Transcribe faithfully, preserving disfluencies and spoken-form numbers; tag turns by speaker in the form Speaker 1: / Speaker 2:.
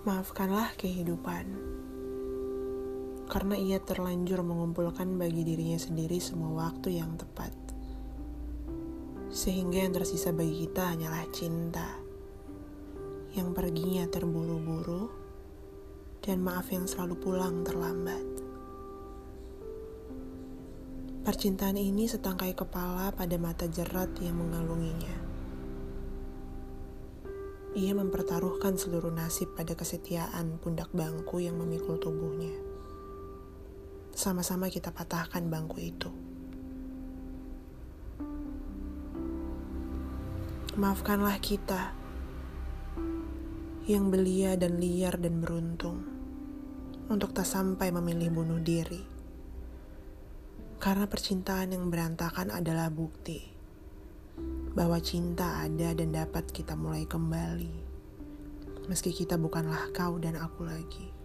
Speaker 1: Maafkanlah kehidupan, karena ia terlanjur mengumpulkan bagi dirinya sendiri semua waktu yang tepat. Sehingga yang tersisa bagi kita hanyalah cinta, yang perginya terburu-buru, dan maaf yang selalu pulang terlambat. Percintaan ini setangkai kepala pada mata jerat yang mengalunginya. Ia mempertaruhkan seluruh nasib pada kesetiaan pundak bangku yang memikul tubuhnya. Sama-sama kita patahkan bangku itu. Maafkanlah kita yang belia dan liar dan beruntung untuk tak sampai memilih bunuh diri. Karena percintaan yang berantakan adalah bukti bahwa cinta ada dan dapat kita mulai kembali, meski kita bukanlah kau dan aku lagi.